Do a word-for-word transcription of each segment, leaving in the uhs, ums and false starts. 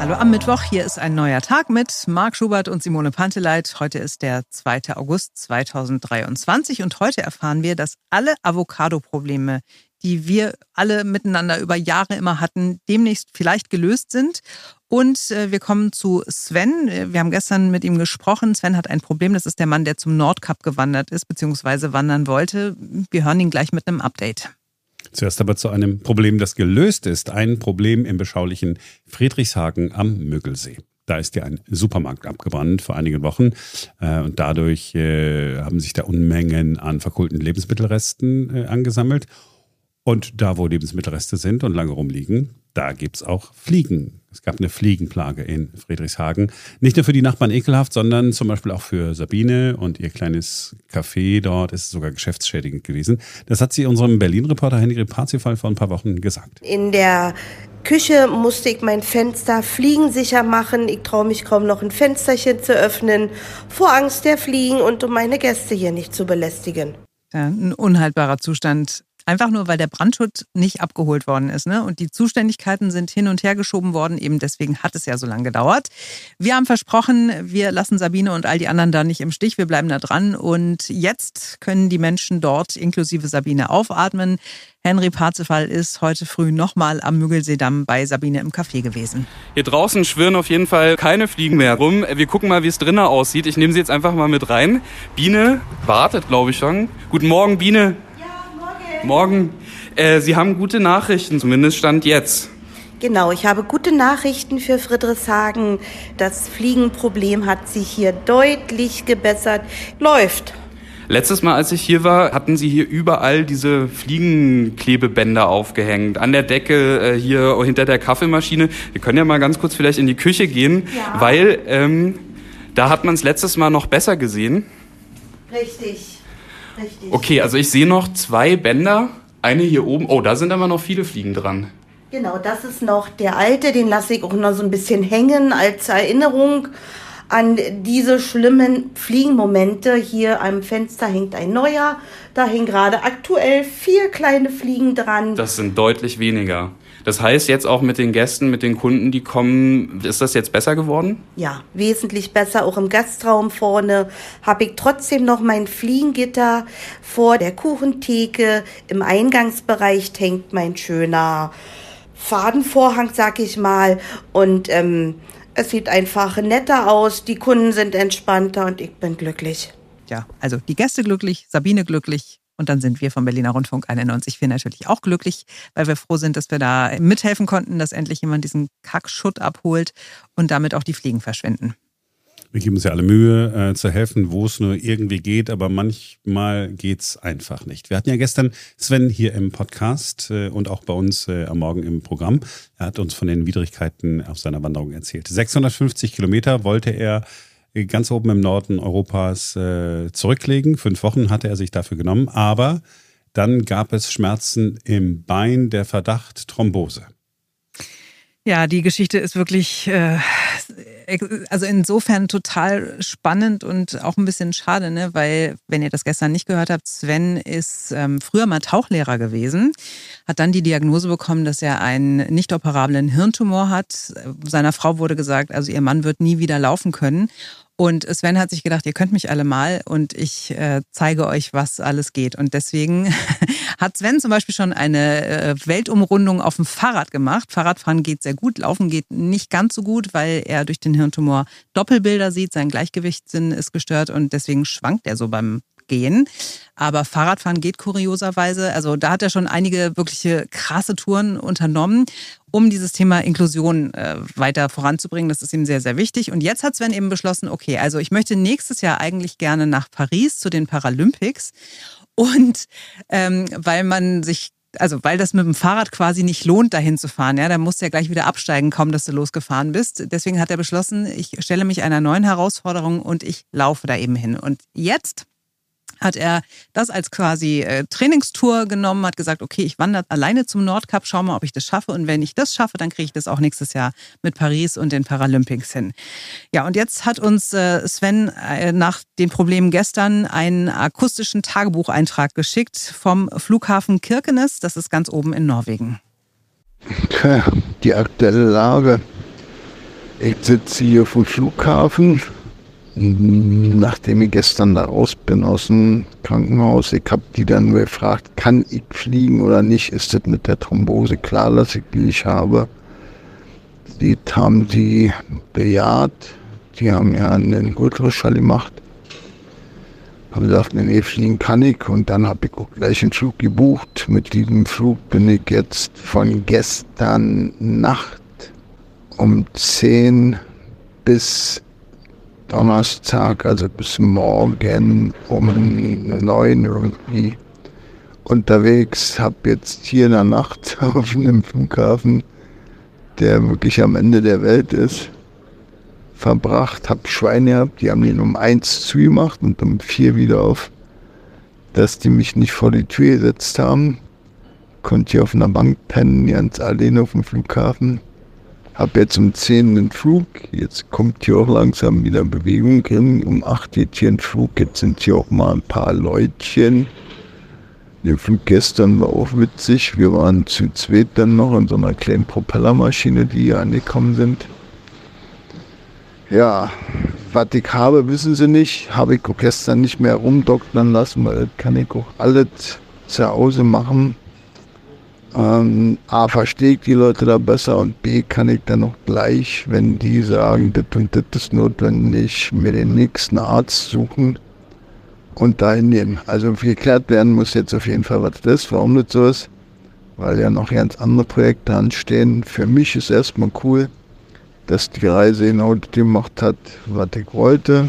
Hallo am Mittwoch, hier ist ein neuer Tag mit Marc Schubert und Simone Panteleit. Heute ist der zweite August zweitausenddreiundzwanzig und heute erfahren wir, dass alle Avocado-Probleme, die wir alle miteinander über Jahre immer hatten, demnächst vielleicht gelöst sind. Und äh, wir kommen zu Sven. Wir haben gestern mit ihm gesprochen. Sven hat ein Problem, das ist der Mann, der zum Nordkap gewandert ist bzw. wandern wollte. Wir hören ihn gleich mit einem Update. Zuerst aber zu einem Problem, das gelöst ist. Ein Problem im beschaulichen Friedrichshagen am Müggelsee. Da ist ja ein Supermarkt abgebrannt vor einigen Wochen. Und dadurch haben sich da Unmengen an verkohlten Lebensmittelresten angesammelt. Und da, wo Lebensmittelreste sind und lange rumliegen, da gibt es auch Fliegen. Es gab eine Fliegenplage in Friedrichshagen. Nicht nur für die Nachbarn ekelhaft, sondern zum Beispiel auch für Sabine und ihr kleines Café dort ist es sogar geschäftsschädigend gewesen. Das hat sie unserem Berlin-Reporter Henry Parzival vor ein paar Wochen gesagt. In der Küche musste ich mein Fenster fliegensicher machen. Ich traue mich kaum noch ein Fensterchen zu öffnen, vor Angst der Fliegen und um meine Gäste hier nicht zu belästigen. Ja, ein unhaltbarer Zustand. Einfach nur, weil der Brandschutz nicht abgeholt worden ist, ne? Und die Zuständigkeiten sind hin und her geschoben worden. Eben deswegen hat es ja so lange gedauert. Wir haben versprochen, wir lassen Sabine und all die anderen da nicht im Stich. Wir bleiben da dran. Und jetzt können die Menschen dort inklusive Sabine aufatmen. Henry Parzival ist heute früh nochmal am Müggelseedamm bei Sabine im Café gewesen. Hier draußen schwirren auf jeden Fall keine Fliegen mehr rum. Wir gucken mal, wie es drinnen aussieht. Ich nehme sie jetzt einfach mal mit rein. Biene wartet, glaube ich schon. Guten Morgen, Biene. Morgen. Äh, Sie haben gute Nachrichten, zumindest Stand jetzt. Genau, ich habe gute Nachrichten für Friedrichshagen. Das Fliegenproblem hat sich hier deutlich gebessert. Läuft. Letztes Mal, als ich hier war, hatten Sie hier überall diese Fliegenklebebänder aufgehängt. An der Decke, äh, hier hinter der Kaffeemaschine. Wir können ja mal ganz kurz vielleicht in die Küche gehen, ja. weil ähm, da hat man es letztes Mal noch besser gesehen. Richtig. Richtig. Okay, also ich sehe noch zwei Bänder, eine hier oben. Oh, da sind aber noch viele Fliegen dran. Genau, das ist noch der alte, den lasse ich auch noch so ein bisschen hängen als Erinnerung an diese schlimmen Fliegenmomente. Hier am Fenster hängt ein neuer, da hängen gerade aktuell vier kleine Fliegen dran. Das sind deutlich weniger. Das heißt jetzt auch mit den Gästen, mit den Kunden, die kommen, ist das jetzt besser geworden? Ja, wesentlich besser. Auch im Gastraum vorne habe ich trotzdem noch mein Fliegengitter vor der Kuchentheke. Im Eingangsbereich hängt mein schöner Fadenvorhang, sag ich mal. Und ähm, es sieht einfach netter aus. Die Kunden sind entspannter und ich bin glücklich. Ja, also die Gäste glücklich, Sabine glücklich. Und dann sind wir vom Berliner Rundfunk einundneunzig Komma vier natürlich auch glücklich, weil wir froh sind, dass wir da mithelfen konnten, dass endlich jemand diesen Kackschutt abholt und damit auch die Fliegen verschwinden. Wir geben uns ja alle Mühe, äh, zu helfen, wo es nur irgendwie geht, aber manchmal geht es einfach nicht. Wir hatten ja gestern Sven hier im Podcast äh, und auch bei uns äh, am Morgen im Programm. Er hat uns von den Widrigkeiten auf seiner Wanderung erzählt. sechshundertfünfzig Kilometer wollte er ganz oben im Norden Europas äh, zurücklegen. Fünf Wochen hatte er sich dafür genommen. Aber dann gab es Schmerzen im Bein, der Verdacht Thrombose. Ja, die Geschichte ist wirklich, äh, also insofern total spannend und auch ein bisschen schade, ne? Weil, wenn ihr das gestern nicht gehört habt, Sven ist ähm, früher mal Tauchlehrer gewesen, hat dann die Diagnose bekommen, dass er einen nicht operablen Hirntumor hat. Seiner Frau wurde gesagt, also ihr Mann wird nie wieder laufen können. Und Sven hat sich gedacht, ihr könnt mich alle mal und ich äh, zeige euch, was alles geht. Und deswegen hat Sven zum Beispiel schon eine äh, Weltumrundung auf dem Fahrrad gemacht. Fahrradfahren geht sehr gut, Laufen geht nicht ganz so gut, weil er durch den Hirntumor Doppelbilder sieht. Sein Gleichgewichtssinn ist gestört und deswegen schwankt er so beim Gehen. Aber Fahrradfahren geht kurioserweise. Also da hat er schon einige wirkliche krasse Touren unternommen, um dieses Thema Inklusion äh, weiter voranzubringen. Das ist ihm sehr, sehr wichtig. Und jetzt hat Sven eben beschlossen, okay, also ich möchte nächstes Jahr eigentlich gerne nach Paris zu den Paralympics. Und ähm, weil man sich Also weil das mit dem Fahrrad quasi nicht lohnt, dahin zu fahren. Ja, da musst du ja gleich wieder absteigen kommen, dass du losgefahren bist. Deswegen hat er beschlossen, ich stelle mich einer neuen Herausforderung und ich laufe da eben hin. Und jetzt hat er das als quasi äh, Trainingstour genommen, hat gesagt, okay, ich wandere alleine zum Nordkap, schau mal, ob ich das schaffe. Und wenn ich das schaffe, dann kriege ich das auch nächstes Jahr mit Paris und den Paralympics hin. Ja, und jetzt hat uns äh, Sven äh, nach den Problemen gestern einen akustischen Tagebucheintrag geschickt vom Flughafen Kirkenes. Das ist ganz oben in Norwegen. Die aktuelle Lage Ich sitze hier vom Flughafen, nachdem ich gestern da raus bin aus dem Krankenhaus. Ich habe die dann gefragt, kann ich fliegen oder nicht? Ist das mit der Thrombose klar, dass ich die nicht habe? Die haben die bejaht. Die haben ja einen Ultraschall gemacht. Habe gesagt, nee, fliegen kann ich. Und dann habe ich auch gleich einen Flug gebucht. Mit diesem Flug bin ich jetzt von gestern Nacht um zehn bis Donnerstag, also bis morgen um neun irgendwie unterwegs. Habe jetzt hier in der Nacht auf einem Flughafen, der wirklich am Ende der Welt ist, verbracht. Habe Schweine gehabt, die haben den um eins zugemacht und um vier wieder auf, dass die mich nicht vor die Tür gesetzt haben. Konnte hier auf einer Bank pennen, ganz alleine auf dem Flughafen. Hab jetzt um zehn einen Flug, jetzt kommt hier auch langsam wieder Bewegung hin. Um acht geht hier ein Flug, jetzt sind hier auch mal ein paar Leutchen. Der Flug gestern war auch witzig, wir waren zu zweit dann noch in so einer kleinen Propellermaschine, die hier angekommen sind. Ja, was ich habe, wissen sie nicht, habe ich auch gestern nicht mehr rumdoktern lassen, weil das kann ich auch alles zu Hause machen. Ähm, A, verstehe ich die Leute da besser und B, kann ich dann noch gleich, wenn die sagen, das und das ist notwendig, mir den nächsten Arzt suchen und dahin nehmen. Also geklärt werden muss jetzt auf jeden Fall, was das ist, warum das so ist, weil ja noch ganz andere Projekte anstehen. Für mich ist erstmal cool, dass die Reise genau das gemacht hat, was ich wollte.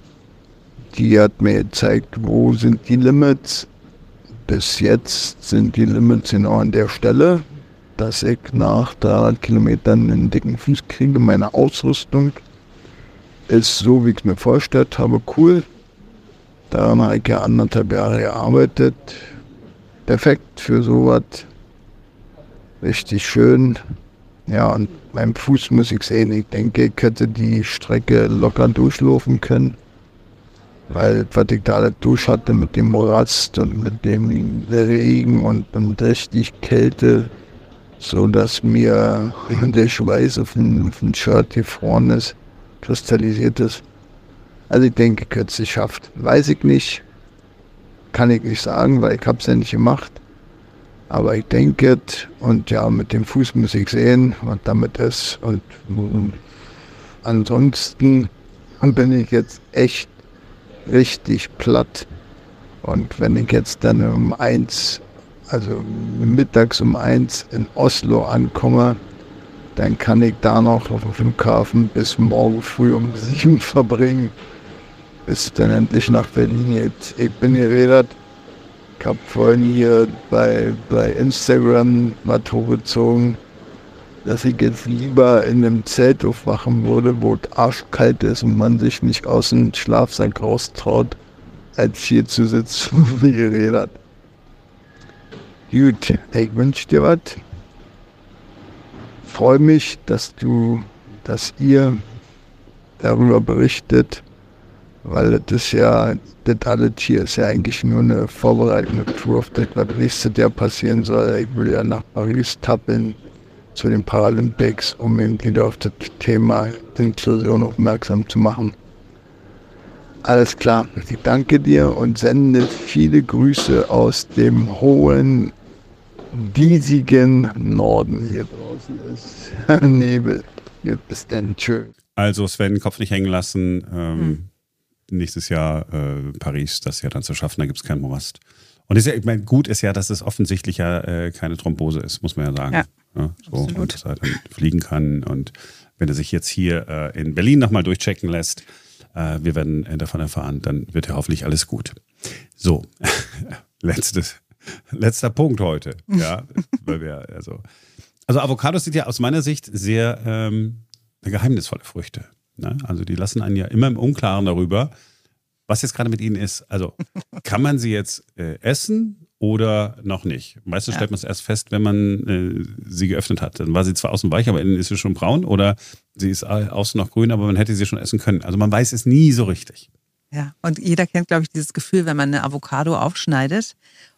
Die hat mir gezeigt, wo sind die Limits. Bis jetzt sind die Limits genau an der Stelle, dass ich nach dreihundert Kilometern einen dicken Fuß kriege. Meine Ausrüstung ist so, wie ich es mir vorgestellt habe, cool. Daran habe ich ja anderthalb Jahre gearbeitet. Perfekt für sowas. Richtig schön. Ja, und beim Fuß muss ich sehen, ich denke, ich hätte die Strecke locker durchlaufen können. Weil, was ich da alles durch hatte mit dem Morast und mit dem Regen und, und richtig Kälte, so dass mir der Schweiß auf dem, auf dem Shirt gefroren ist, kristallisiert ist. Also ich denke, ich hätte es geschafft. Weiß ich nicht, kann ich nicht sagen, weil ich habe es ja nicht gemacht. Aber ich denke, und ja, mit dem Fuß muss ich sehen, was damit ist. Und, und ansonsten bin ich jetzt echt richtig platt. Und wenn ich jetzt dann um eins, also mittags um eins in Oslo ankomme, dann kann ich da noch auf dem Flughafen bis morgen früh um sieben verbringen, bis dann endlich nach Berlin geht. Ich bin geredet, ich habe vorhin hier bei, bei Instagram mal hochgezogen, dass ich jetzt lieber in einem Zelt aufwachen würde, wo es arschkalt ist und man sich nicht aus dem Schlafsack raustraut, als hier zu sitzen, wie geredet. Gut, ich wünsche dir was. Freue mich, dass du, dass ihr darüber berichtet, weil das ist ja, das alles hier ist ja eigentlich nur eine vorbereitende Tour auf das, was nächstes Jahr passieren soll. Ich will ja nach Paris tappeln zu den Paralympics, um eben wieder auf das Thema Inklusion aufmerksam zu machen. Alles klar, ich danke dir und sende viele Grüße aus dem hohen, diesigen Norden. Hier draußen ist Nebel. Bis dann, tschö. Also Sven, Kopf nicht hängen lassen. Ähm, hm. Nächstes Jahr äh, Paris, das ist ja dann zu schaffen, da gibt es keinen Morast. Und ist ja, ich meine, gut ist ja, dass es offensichtlich ja äh, keine Thrombose ist, muss man ja sagen. Ja, ja so, und dass er dann fliegen kann. Und wenn er sich jetzt hier äh, in Berlin nochmal durchchecken lässt, äh, wir werden äh, davon erfahren, dann wird ja hoffentlich alles gut. So, letztes, letzter Punkt heute. Ja, weil wir, also, also Avocados sind ja aus meiner Sicht sehr ähm, geheimnisvolle Früchte. Ne? Also die lassen einen ja immer im Unklaren darüber, was jetzt gerade mit ihnen ist. Also kann man sie jetzt äh, essen oder noch nicht? Meistens ja. stellt man es erst fest, wenn man äh, sie geöffnet hat. Dann war sie zwar außen weich, aber innen ist sie schon braun, oder sie ist außen noch grün, aber man hätte sie schon essen können. Also man weiß es nie so richtig. Ja, und jeder kennt, glaube ich, dieses Gefühl, wenn man eine Avocado aufschneidet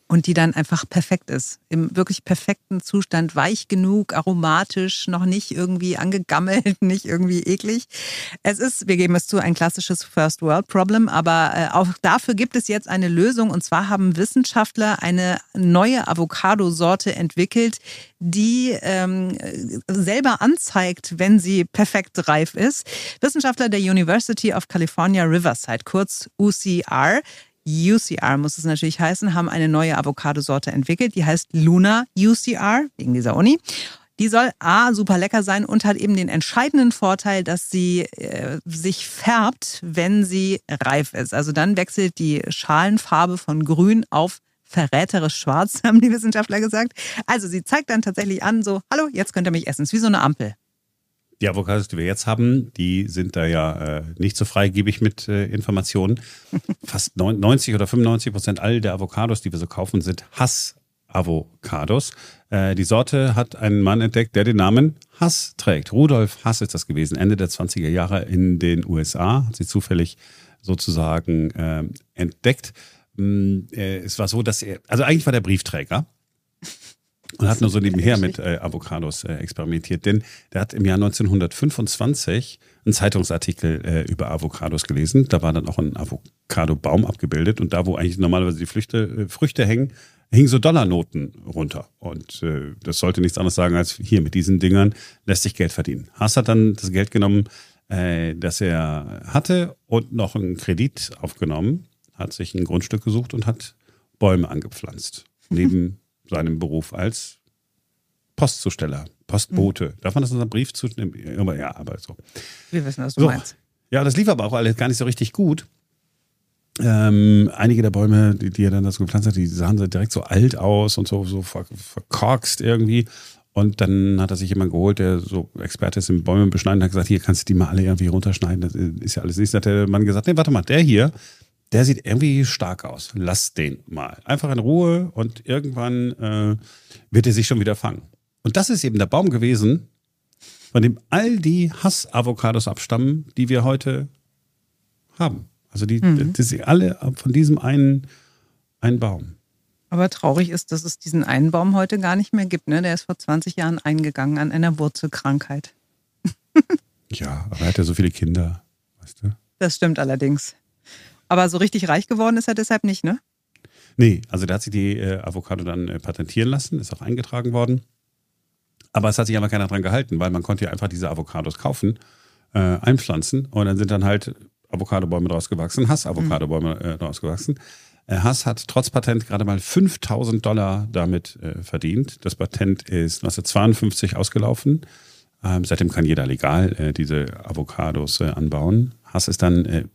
und die dann einfach perfekt ist. Im wirklich perfekten Zustand, weich genug, aromatisch, noch nicht irgendwie angegammelt, nicht irgendwie eklig. Es ist, wir geben es zu, ein klassisches First World Problem, aber äh, auch dafür gibt es jetzt eine Lösung, und zwar haben Wissenschaftler eine neue Avocado-Sorte entwickelt, die ähm, selber anzeigt, wenn sie perfekt reif ist. Wissenschaftler der University of California Riverside, kurz U C R, U C R muss es natürlich heißen, haben eine neue Avocado-Sorte entwickelt. Die heißt Luna U C R, wegen dieser Uni. Die soll A, super lecker sein und hat eben den entscheidenden Vorteil, dass sie äh, sich färbt, wenn sie reif ist. Also dann wechselt die Schalenfarbe von grün auf verräterisch schwarz, haben die Wissenschaftler gesagt. Also sie zeigt dann tatsächlich an, so, hallo, jetzt könnt ihr mich essen. Es ist wie so eine Ampel. Die Avocados, die wir jetzt haben, die sind da ja äh, nicht so freigebig mit äh, Informationen. Fast neunzig oder fünfundneunzig Prozent all der Avocados, die wir so kaufen, sind Hass-Avocados. Äh, die Sorte hat einen Mann entdeckt, der den Namen Hass trägt. Rudolf Hass ist das gewesen, Ende der zwanziger Jahre in den U S A. Hat sie zufällig sozusagen äh, entdeckt. Äh, es war so, dass er, also eigentlich war der Briefträger. Und hat nur so nebenher mit äh, Avocados äh, experimentiert. Denn der hat im Jahr neunzehnhundertfünfundzwanzig einen Zeitungsartikel äh, über Avocados gelesen. Da war dann auch ein Avocado-Baum abgebildet. Und da, wo eigentlich normalerweise die Früchte, äh, Früchte hängen, hingen so Dollarnoten runter. Und äh, das sollte nichts anderes sagen, als hier mit diesen Dingern lässt sich Geld verdienen. Haas hat dann das Geld genommen, äh, das er hatte, und noch einen Kredit aufgenommen, hat sich ein Grundstück gesucht und hat Bäume angepflanzt. Neben seinem Beruf als Postzusteller, Postbote. Mhm. Darf man das in unserem Brief zustimmen? Ja, aber so. Wir wissen, was du so. meinst. Ja, das lief aber auch alles gar nicht so richtig gut. Ähm, einige der Bäume, die, die er dann dazu gepflanzt hat, die sahen so direkt so alt aus und so, so ver, verkorkst irgendwie. Und dann hat er sich jemand geholt, der so Experte ist im Bäume beschneiden, und hat gesagt, hier kannst du die mal alle irgendwie runterschneiden. Das ist ja alles nichts. Dann hat der Mann gesagt, nee, warte mal, der hier, der sieht irgendwie stark aus. Lass den mal. Einfach in Ruhe, und irgendwann äh, wird er sich schon wieder fangen. Und das ist eben der Baum gewesen, von dem all die Hass-Avocados abstammen, die wir heute haben. Also die, mhm. die sind alle von diesem einen, einen Baum. Aber traurig ist, dass es diesen einen Baum heute gar nicht mehr gibt. Ne? Der ist vor zwanzig Jahren eingegangen an einer Wurzelkrankheit. Ja, aber er hat ja so viele Kinder, weißt du? Das stimmt allerdings. Aber so richtig reich geworden ist er deshalb nicht, ne? Nee, also der hat sich die äh, Avocado dann äh, patentieren lassen, ist auch eingetragen worden. Aber es hat sich aber keiner dran gehalten, weil man konnte ja einfach diese Avocados kaufen, äh, einpflanzen, und dann sind dann halt Avocadobäume draus gewachsen, Hass-Avocadobäume äh, draus gewachsen. Äh, Hass hat trotz Patent gerade mal fünftausend Dollar damit äh, verdient. Das Patent ist neunzehnhundertzweiundfünfzig ausgelaufen. Ähm, seitdem kann jeder legal äh, diese Avocados äh, anbauen. Hass ist dann äh,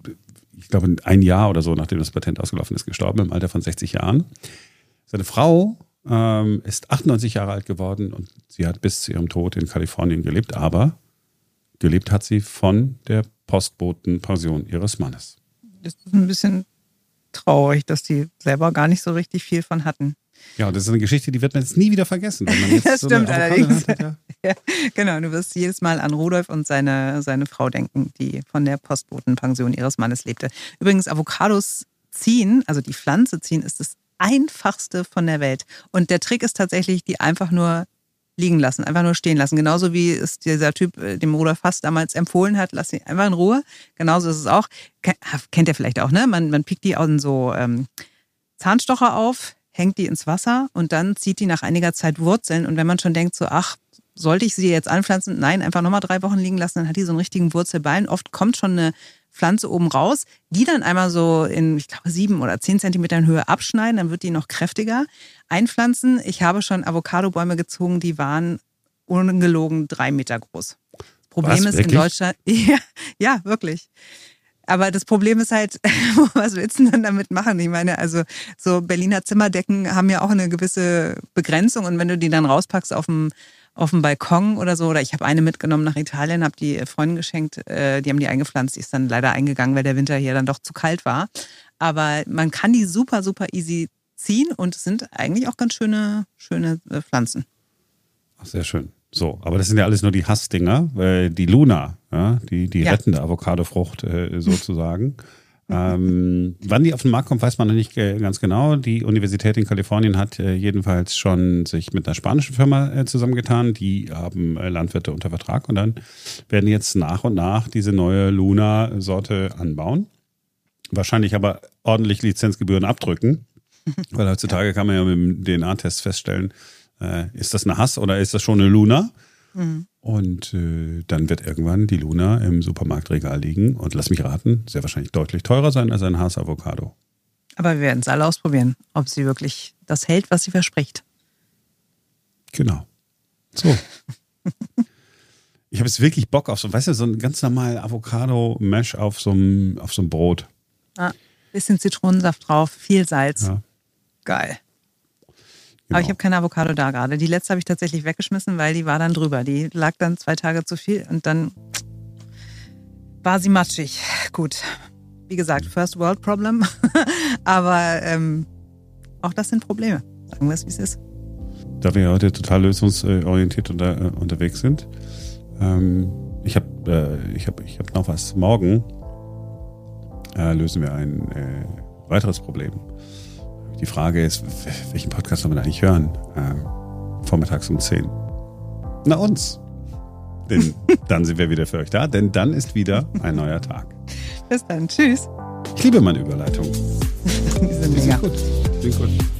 ich glaube, ein Jahr oder so, nachdem das Patent ausgelaufen ist, gestorben, im Alter von sechzig Jahren. Seine Frau ähm, ist achtundneunzig Jahre alt geworden, und sie hat bis zu ihrem Tod in Kalifornien gelebt, aber gelebt hat sie von der Postbotenpension ihres Mannes. Das ist ein bisschen traurig, dass die selber gar nicht so richtig viel von hatten. Ja, und das ist eine Geschichte, die wird man jetzt nie wieder vergessen. Wenn man jetzt das so stimmt allerdings. Hat, ja. Ja, genau, du wirst jedes Mal an Rudolf und seine, seine Frau denken, die von der Postbotenpension ihres Mannes lebte. Übrigens, Avocados ziehen, also die Pflanze ziehen, ist das einfachste von der Welt. Und der Trick ist tatsächlich, die einfach nur liegen lassen, einfach nur stehen lassen. Genauso wie es dieser Typ, dem Rudolf Hass damals empfohlen hat, lass sie einfach in Ruhe. Genauso ist es auch. Kennt ihr vielleicht auch, ne? Man, man pickt die aus so ähm, Zahnstocher auf, hängt die ins Wasser, und dann zieht die nach einiger Zeit Wurzeln. Und wenn man schon denkt, so, ach, sollte ich sie jetzt anpflanzen? Nein, einfach nochmal drei Wochen liegen lassen, dann hat die so einen richtigen Wurzelballen. Oft kommt schon eine Pflanze oben raus, die dann einmal so in, ich glaube, sieben oder zehn Zentimetern Höhe abschneiden, dann wird die noch kräftiger. Einpflanzen, ich habe schon Avocadobäume gezogen, die waren ungelogen drei Meter groß. Das Problem Was, ist wirklich? in Deutschland, ja, ja, wirklich. Aber das Problem ist halt, was willst du denn dann damit machen? Ich meine, also so Berliner Zimmerdecken haben ja auch eine gewisse Begrenzung, und wenn du die dann rauspackst auf dem auf dem Balkon oder so, oder ich habe eine mitgenommen nach Italien, habe die Freunden geschenkt, äh, die haben die eingepflanzt, die ist dann leider eingegangen, weil der Winter hier dann doch zu kalt war. Aber man kann die super, super easy ziehen, und es sind eigentlich auch ganz schöne, schöne äh, Pflanzen. Ach, sehr schön. So, aber das sind ja alles nur die Hassdinger, äh, die Luna, ja, die, die ja. rettende Avocadofrucht äh, sozusagen. ähm, wann die auf den Markt kommt, weiß man noch nicht ganz genau. Die Universität in Kalifornien hat äh, jedenfalls schon sich mit einer spanischen Firma äh, zusammengetan. Die haben äh, Landwirte unter Vertrag und dann werden jetzt nach und nach diese neue Luna-Sorte anbauen. Wahrscheinlich aber ordentlich Lizenzgebühren abdrücken, weil heutzutage kann man ja mit dem D N A-Test feststellen, äh, ist das eine Hass oder ist das schon eine Luna? Mhm. Und äh, dann wird irgendwann die Luna im Supermarktregal liegen und lass mich raten, sehr wahrscheinlich deutlich teurer sein als ein Hass-Avocado. Aber wir werden es alle ausprobieren, ob sie wirklich das hält, was sie verspricht. Genau. So. Ich habe jetzt wirklich Bock auf so, weißt du, so ein ganz normal Avocado-Mash auf so einem auf so einem Brot. Ah, bisschen Zitronensaft drauf, viel Salz. Ja. Geil. Genau. Aber ich habe keine Avocado da gerade. Die letzte habe ich tatsächlich weggeschmissen, weil die war dann drüber. Die lag dann zwei Tage zu viel und dann war sie matschig. Gut, wie gesagt, First World Problem. Aber ähm, auch das sind Probleme. Sagen wir es, wie es ist. Da wir heute total lösungsorientiert unter, äh, unterwegs sind. Ähm, ich habe äh, ich hab, ich hab noch was. Morgen äh, lösen wir ein äh, weiteres Problem. Die Frage ist, welchen Podcast sollen wir eigentlich hören? Äh, vormittags um zehn. Na uns. Denn dann sind wir wieder für euch da, denn dann ist wieder ein neuer Tag. Bis dann. Tschüss. Ich liebe meine Überleitung. Die sind mega. Die sind gut. Die sind gut.